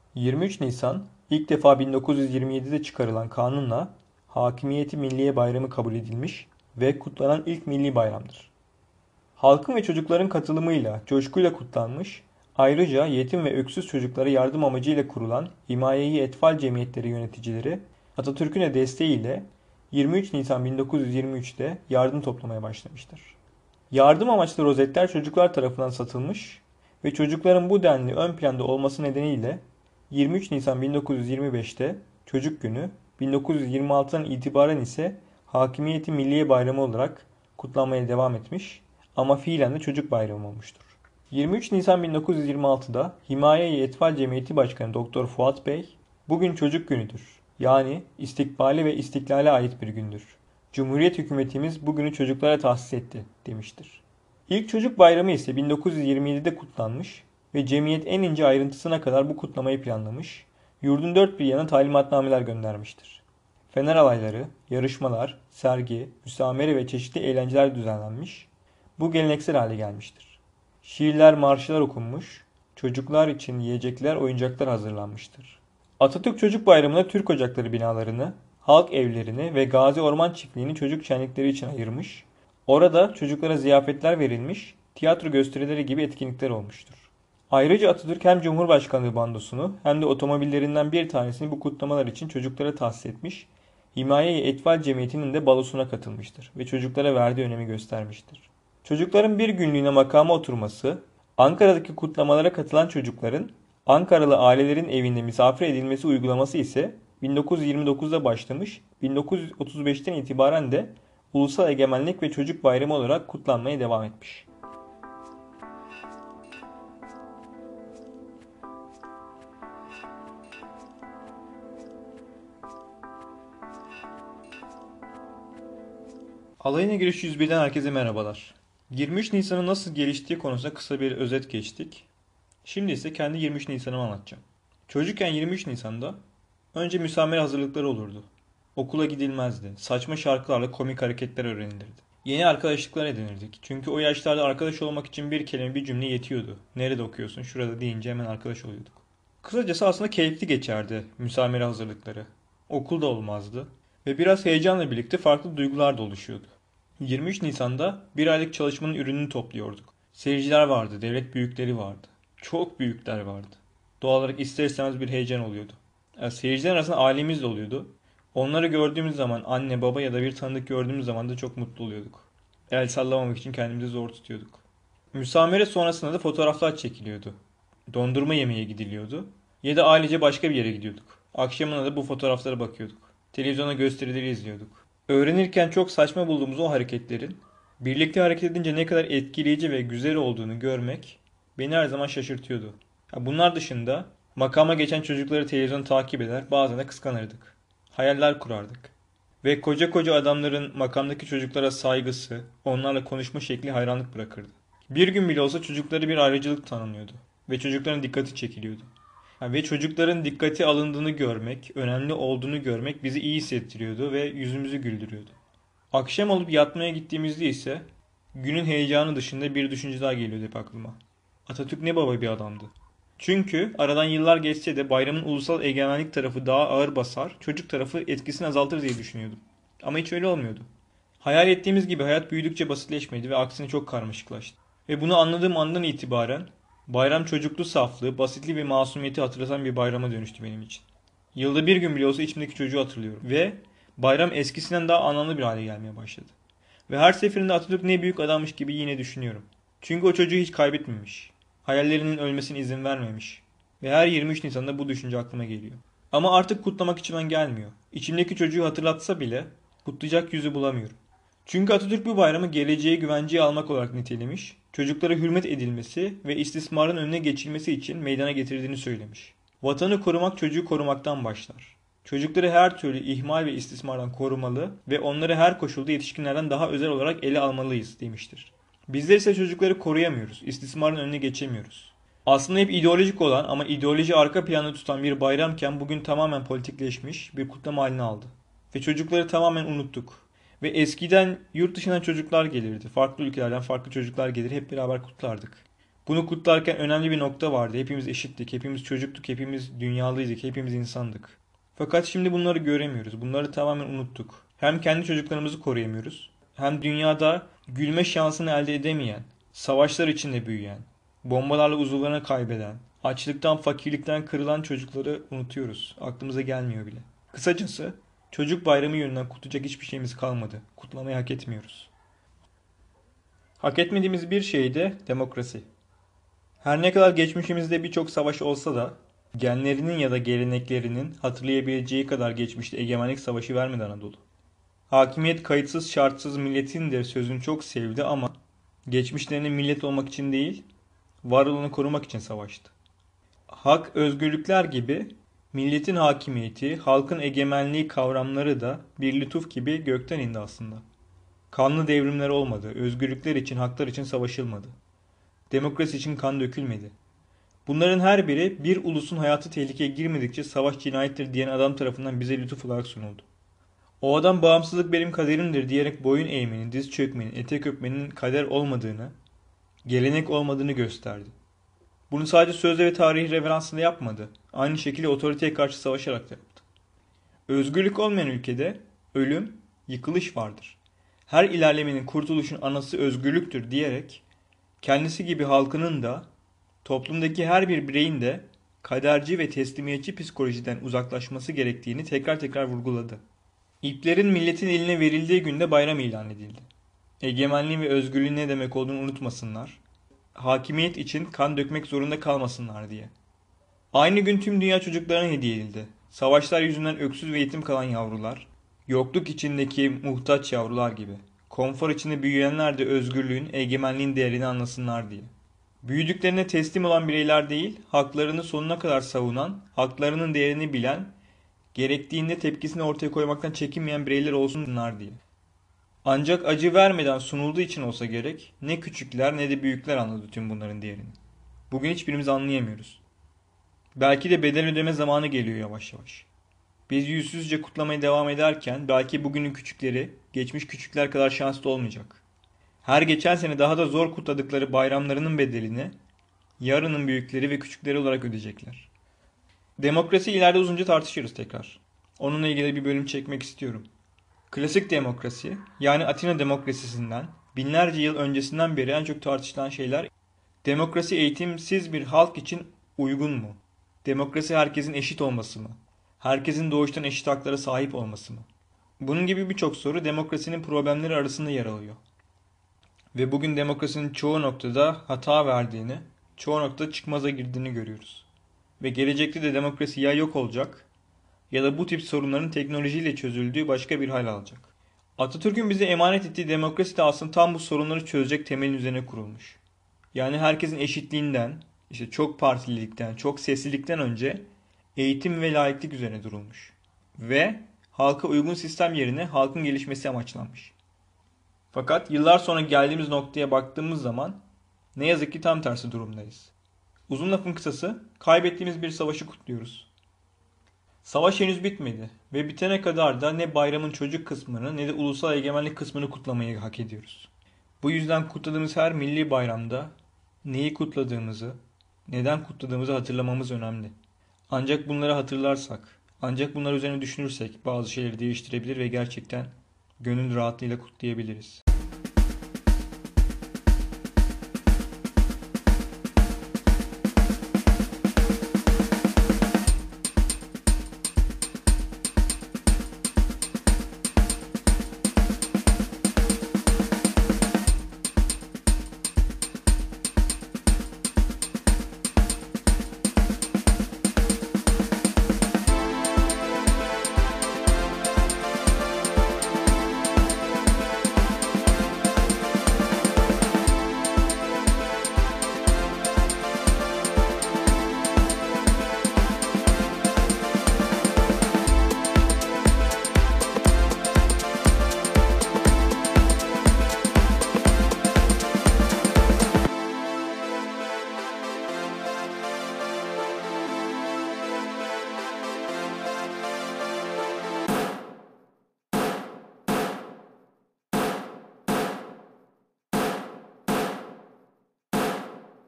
23 Nisan ilk defa 1927'de çıkarılan kanunla Hakimiyeti Milliye Bayramı kabul edilmiş ve kutlanan ilk milli bayramdır. Halkın ve çocukların katılımıyla, coşkuyla kutlanmış, ayrıca yetim ve öksüz çocuklara yardım amacıyla kurulan Himaye-i Etfal Cemiyetleri yöneticileri Atatürk'ün de desteğiyle 23 Nisan 1923'te yardım toplamaya başlamıştır. Yardım amaçlı rozetler çocuklar tarafından satılmış ve çocukların bu denli ön planda olması nedeniyle 23 Nisan 1925'te Çocuk Günü, 1926'dan itibaren ise Hakimiyeti Milliye Bayramı olarak kutlanmaya devam etmiş ama fiilen de Çocuk Bayramı olmuştur. 23 Nisan 1926'da Himaye-i Etfal Cemiyeti Başkanı Doktor Fuat Bey, "Bugün Çocuk Günüdür. Yani istikbale ve istiklale ait bir gündür. Cumhuriyet hükümetimiz bugünü çocuklara tahsis etti," demiştir. İlk Çocuk Bayramı ise 1927'de kutlanmış ve cemiyet en ince ayrıntısına kadar bu kutlamayı planlamış, yurdun dört bir yana talimatnameler göndermiştir. Fener alayları, yarışmalar, sergi, müsamere ve çeşitli eğlenceler düzenlenmiş, bu geleneksel hale gelmiştir. Şiirler, marşlar okunmuş, çocuklar için yiyecekler, oyuncaklar hazırlanmıştır. Atatürk Çocuk Bayramı'na Türk Ocakları binalarını, halk evlerini ve Gazi Orman Çiftliği'ni çocuk şenlikleri için ayırmış, orada çocuklara ziyafetler verilmiş, tiyatro gösterileri gibi etkinlikler olmuştur. Ayrıca Atatürk hem Cumhurbaşkanlığı bandosunu hem de otomobillerinden bir tanesini bu kutlamalar için çocuklara tahsis etmiş, Himaye-i Etfal Cemiyeti'nin de balosuna katılmıştır ve çocuklara verdiği önemi göstermiştir. Çocukların bir günlüğüne makama oturması, Ankara'daki kutlamalara katılan çocukların Ankaralı ailelerin evinde misafir edilmesi uygulaması ise 1929'da başlamış, 1935'ten itibaren de Ulusal Egemenlik ve Çocuk Bayramı olarak kutlanmaya devam etmiş. Alayına giriş 101'den herkese merhabalar. 23 Nisan'ın nasıl geliştiği konusunda kısa bir özet geçtik. Şimdi ise kendi 23 Nisan'ımı anlatacağım. Çocukken 23 Nisan'da önce müsamere hazırlıkları olurdu. Okula gidilmezdi. Saçma şarkılarla komik hareketler öğrenilirdi. Yeni arkadaşlıklar edinirdik. Çünkü o yaşlarda arkadaş olmak için bir kelime bir cümle yetiyordu. Nerede okuyorsun? Şurada deyince hemen arkadaş oluyorduk. Kısacası aslında keyifli geçerdi müsamere hazırlıkları. Okul da olmazdı. Ve biraz heyecanla birlikte farklı duygular da oluşuyordu. 23 Nisan'da bir aylık çalışmanın ürününü topluyorduk. Seyirciler vardı, devlet büyükleri vardı. Çok büyükler vardı. Doğal olarak ister istemez bir heyecan oluyordu. Seyirciler arasında ailemiz de oluyordu. Onları gördüğümüz zaman anne baba ya da bir tanıdık gördüğümüz zaman da çok mutlu oluyorduk. El sallamamak için kendimizi zor tutuyorduk. Müsamere sonrasında da fotoğraflar çekiliyordu. Dondurma yemeye gidiliyordu. Ya da ailece başka bir yere gidiyorduk. Akşamına da bu fotoğraflara bakıyorduk. Televizyona gösterileri izliyorduk. Öğrenirken çok saçma bulduğumuz o hareketlerin birlikte hareket edince ne kadar etkileyici ve güzel olduğunu görmek beni her zaman şaşırtıyordu. Bunlar dışında makama geçen çocukları televizyonu takip eder, bazen de kıskanırdık. Hayaller kurardık. Ve koca koca adamların makamdaki çocuklara saygısı, onlarla konuşma şekli hayranlık bırakırdı. Bir gün bile olsa çocuklara bir ayrıcalık tanınıyordu. Ve çocukların dikkati çekiliyordu. Ve çocukların dikkati alındığını görmek, önemli olduğunu görmek bizi iyi hissettiriyordu ve yüzümüzü güldürüyordu. Akşam olup yatmaya gittiğimizde ise günün heyecanı dışında bir düşünce daha geliyordu hep aklıma. Atatürk ne baba bir adamdı. Çünkü aradan yıllar geçse de bayramın ulusal egemenlik tarafı daha ağır basar, çocuk tarafı etkisini azaltır diye düşünüyordum. Ama hiç öyle olmuyordu. Hayal ettiğimiz gibi hayat büyüdükçe basitleşmedi ve aksine çok karmaşıklaştı. Ve bunu anladığım andan itibaren bayram çocuklu saflığı, basitliği ve masumiyeti hatırlatan bir bayrama dönüştü benim için. Yılda bir gün bile olsa içimdeki çocuğu hatırlıyorum. Ve bayram eskisinden daha anlamlı bir hale gelmeye başladı. Ve her seferinde Atatürk ne büyük adammış gibi yine düşünüyorum. Çünkü o çocuğu hiç kaybetmemiş. Hayallerinin ölmesine izin vermemiş. Ve her 23 Nisan'da bu düşünce aklıma geliyor. Ama artık kutlamak içimden gelmiyor. İçimdeki çocuğu hatırlatsa bile kutlayacak yüzü bulamıyorum. Çünkü Atatürk bu bayramı geleceğe güvenceye almak olarak nitelemiş, çocuklara hürmet edilmesi ve istismarın önüne geçilmesi için meydana getirdiğini söylemiş. Vatanı korumak çocuğu korumaktan başlar. Çocukları her türlü ihmal ve istismardan korumalı ve onları her koşulda yetişkinlerden daha özel olarak ele almalıyız demiştir. Bizler ise çocukları koruyamıyoruz, istismarın önüne geçemiyoruz. Aslında hep ideolojik olan ama ideoloji arka planda tutan bir bayramken bugün tamamen politikleşmiş bir kutlama haline aldı. Ve çocukları tamamen unuttuk. Ve eskiden yurt dışından çocuklar gelirdi. Farklı ülkelerden farklı çocuklar gelir. Hep beraber kutlardık. Bunu kutlarken önemli bir nokta vardı. Hepimiz eşittik, hepimiz çocuktuk, hepimiz dünyalıydık, hepimiz insandık. Fakat şimdi bunları göremiyoruz. Bunları tamamen unuttuk. Hem kendi çocuklarımızı koruyamıyoruz, hem dünyada gülme şansını elde edemeyen, savaşlar içinde büyüyen, bombalarla uzuvlarını kaybeden, açlıktan, fakirlikten kırılan çocukları unutuyoruz. Aklımıza gelmiyor bile. Kısacası çocuk bayramı yönünden kutlayacak hiçbir şeyimiz kalmadı. Kutlamayı hak etmiyoruz. Hak etmediğimiz bir şey de demokrasi. Her ne kadar geçmişimizde birçok savaş olsa da genlerinin ya da geleneklerinin hatırlayabileceği kadar geçmişte egemenlik savaşı vermedi Anadolu. Hakimiyet kayıtsız şartsız milletindir sözünü çok sevdi ama geçmişlerinin millet olmak için değil, var olanı korumak için savaştı. Hak, özgürlükler gibi milletin hakimiyeti, halkın egemenliği kavramları da bir lütuf gibi gökten indi aslında. Kanlı devrimler olmadı, özgürlükler için, haklar için savaşılmadı. Demokrasi için kan dökülmedi. Bunların her biri bir ulusun hayatı tehlikeye girmedikçe savaş cinayettir diyen adam tarafından bize lütuf olarak sunuldu. O adam bağımsızlık benim kaderimdir diyerek boyun eğmenin, diz çökmenin, etek öpmenin kader olmadığını, gelenek olmadığını gösterdi. Bunu sadece sözle ve tarihi referansla yapmadı. Aynı şekilde otoriteye karşı savaşarak da yaptı. Özgürlük olmayan ülkede ölüm, yıkılış vardır. Her ilerlemenin, kurtuluşun anası özgürlüktür diyerek kendisi gibi halkının da toplumdaki her bir bireyin de kaderci ve teslimiyetçi psikolojiden uzaklaşması gerektiğini tekrar tekrar vurguladı. İplerin milletin eline verildiği günde bayram ilan edildi. Egemenliğin ve özgürlüğün ne demek olduğunu unutmasınlar. Hakimiyet için kan dökmek zorunda kalmasınlar diye. Aynı gün tüm dünya çocuklarına hediye edildi. Savaşlar yüzünden öksüz ve yetim kalan yavrular, yokluk içindeki muhtaç yavrular gibi. Konfor içinde büyüyenler de özgürlüğün, egemenliğin değerini anlasınlar diye. Büyüdüklerine teslim olan bireyler değil, haklarını sonuna kadar savunan, haklarının değerini bilen, gerektiğinde tepkisini ortaya koymaktan çekinmeyen bireyler olsunlar diye. Ancak acı vermeden sunulduğu için olsa gerek, ne küçükler ne de büyükler anladı tüm bunların değerini. Bugün hiçbirimiz anlayamıyoruz. Belki de bedel ödeme zamanı geliyor yavaş yavaş. Biz yüzsüzce kutlamaya devam ederken belki bugünün küçükleri geçmiş küçükler kadar şanslı olmayacak. Her geçen sene daha da zor kutladıkları bayramlarının bedelini yarının büyükleri ve küçükleri olarak ödeyecekler. Demokrasi ileride uzunca tartışırız tekrar. Onunla ilgili bir bölüm çekmek istiyorum. Klasik demokrasi, yani Atina demokrasisinden binlerce yıl öncesinden beri en çok tartışılan şeyler, demokrasi eğitimsiz bir halk için uygun mu? Demokrasi herkesin eşit olması mı? Herkesin doğuştan eşit haklara sahip olması mı? Bunun gibi birçok soru demokrasinin problemleri arasında yer alıyor. Ve bugün demokrasinin çoğu noktada hata verdiğini, çoğu noktada çıkmaza girdiğini görüyoruz. Ve gelecekte de demokrasi ya yok olacak ya da bu tip sorunların teknolojiyle çözüldüğü başka bir hal alacak. Atatürk'ün bize emanet ettiği demokrasi de aslında tam bu sorunları çözecek temelin üzerine kurulmuş. Yani herkesin eşitliğinden, işte çok partililikten, çok seslilikten önce eğitim ve laiklik üzerine durulmuş. Ve halka uygun sistem yerine halkın gelişmesi amaçlanmış. Fakat yıllar sonra geldiğimiz noktaya baktığımız zaman ne yazık ki tam tersi durumdayız. Uzun lafın kısası kaybettiğimiz bir savaşı kutluyoruz. Savaş henüz bitmedi ve bitene kadar da ne bayramın çocuk kısmını ne de ulusal egemenlik kısmını kutlamayı hak ediyoruz. Bu yüzden kutladığımız her milli bayramda neyi kutladığımızı, neden kutladığımızı hatırlamamız önemli. Ancak bunları hatırlarsak, ancak bunlar üzerine düşünürsek bazı şeyleri değiştirebilir ve gerçekten gönül rahatlığıyla kutlayabiliriz.